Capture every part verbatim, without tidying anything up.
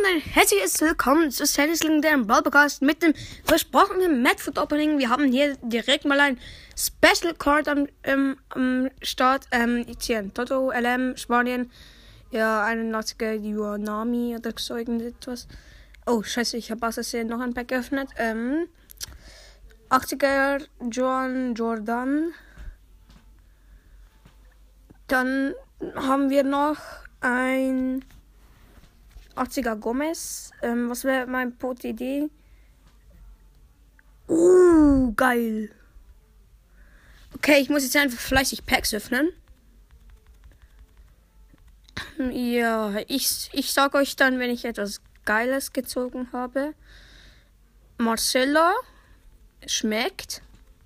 ein herzliches Willkommen zu Sandy's legendären Brawl Podcast mit dem versprochenen Madfoot Opening. Wir haben hier direkt mal ein Special Card am, ähm, am Start. Ähm, ich ziehe ein Toto, L M, Spanien. Ja, einundachtziger Yuanami oder so irgendetwas. Oh, scheiße, ich habe aus Versehen noch ein Pack geöffnet. Ähm, achtziger Joan Jordan. Dann haben wir noch ein achtziger Gomez. Ähm, was wäre mein Pot-Idee? Uh, geil. Okay, ich muss jetzt einfach fleißig Packs öffnen. Ja, ich, ich sag euch dann, wenn ich etwas Geiles gezogen habe. Marcella. Schmeckt.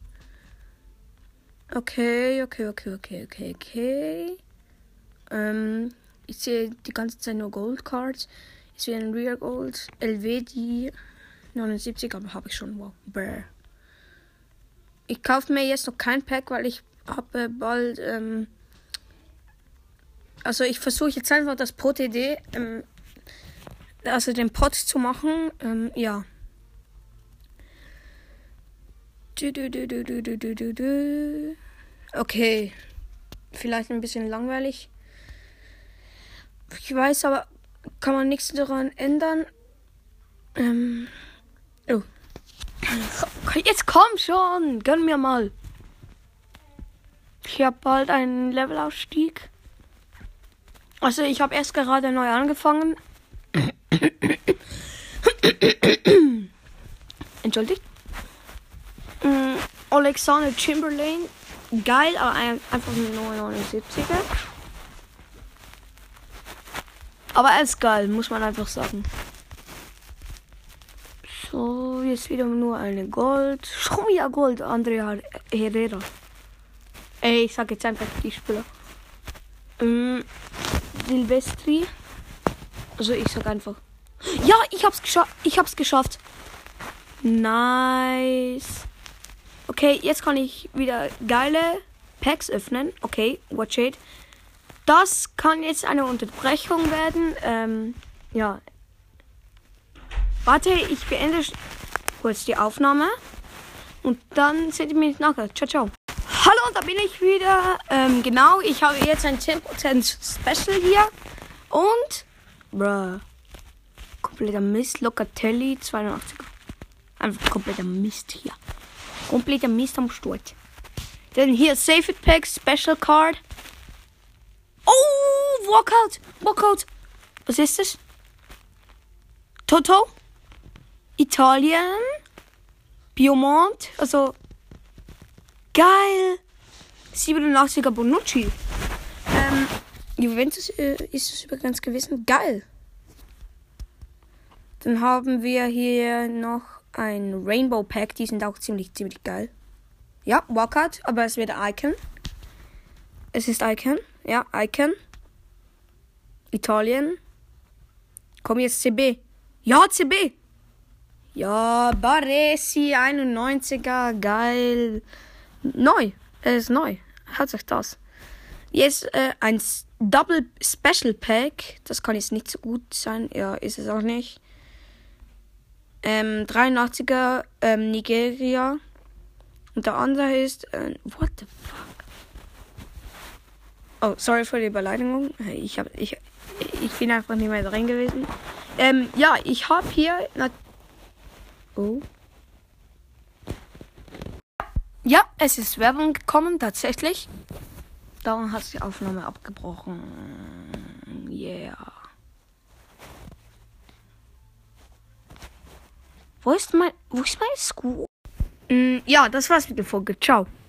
Okay, okay, okay, okay, okay, okay. Ähm, ich sehe die ganze Zeit nur Gold Cards. Ich sehe ein Real Gold. L W D neunundsiebzig, aber habe ich schon. Wow. Brr. Ich kaufe mir jetzt noch kein Pack, weil ich habe bald. Ähm, also ich versuche jetzt einfach das Pot-Idee, ähm, also den Pot zu machen. Ähm, ja. Du, du, du, du, du, du, du, du. Okay. Vielleicht ein bisschen langweilig. Ich weiß, aber kann man nichts daran ändern. Ähm. Oh. Jetzt komm schon. Gönn mir mal. Ich habe bald einen Levelaufstieg. Also ich habe erst gerade neu angefangen. Entschuldigt. Ähm, Alexander Chamberlain. Geil, aber ein, einfach nur neunundsiebziger. Aber er ist geil, muss man einfach sagen. So, jetzt wieder nur eine Gold. Schon wieder Gold, Andrea Herrera. Ey, ich sag jetzt einfach die Spieler. Ähm, Silvestri. Also ich sag einfach. Ja, ich hab's geschafft. Ich hab's geschafft. Nice. Okay, jetzt kann ich wieder geile Packs öffnen. Okay, watch it. Das kann jetzt eine Unterbrechung werden. Ähm, ja. Warte, ich beende kurz die Aufnahme. Und dann seht ihr mich nachher. Ciao, ciao. Hallo, und da bin ich wieder. Ähm, genau, ich habe jetzt ein zehn Prozent Special hier. Und, bruh, kompletter Mist. Locatelli, zweiundachtziger. Einfach kompletter Mist hier. Kompletter Mist am Sturz. Dann hier Save It Pack, Special Card. Oh, Walkout, Walkout. Was ist das? Toto. Italien. Piemont. Also, geil. siebenundachtziger Bonucci. Ähm, Juventus äh, ist es übrigens gewesen. Geil. Dann haben wir hier noch ein Rainbow Pack. Die sind auch ziemlich, ziemlich geil. Ja, Walkout, aber es wird Icon. Es ist Icon. Ja, Icon. Italien. Komm jetzt C B. Ja, C B. Ja, Baresi, einundneunziger. Geil. Neu. Er ist neu. Hört sich das. Jetzt äh, ein Double Special Pack. Das kann jetzt nicht so gut sein. Ja, ist es auch nicht. Ähm, dreiundachtziger ähm, Nigeria. Und der andere ist. Äh, what the fuck? Oh, sorry für die Beleidigung. Ich, hab, ich, ich bin einfach nicht mehr drin gewesen. Ähm, ja, ich habe hier... Na- oh. Ja, es ist Werbung gekommen, tatsächlich. Darum hat die Aufnahme abgebrochen. Yeah. Wo ist mein... Wo ist mein Scoop? Mm, ja, das war's mit der Folge. Ciao.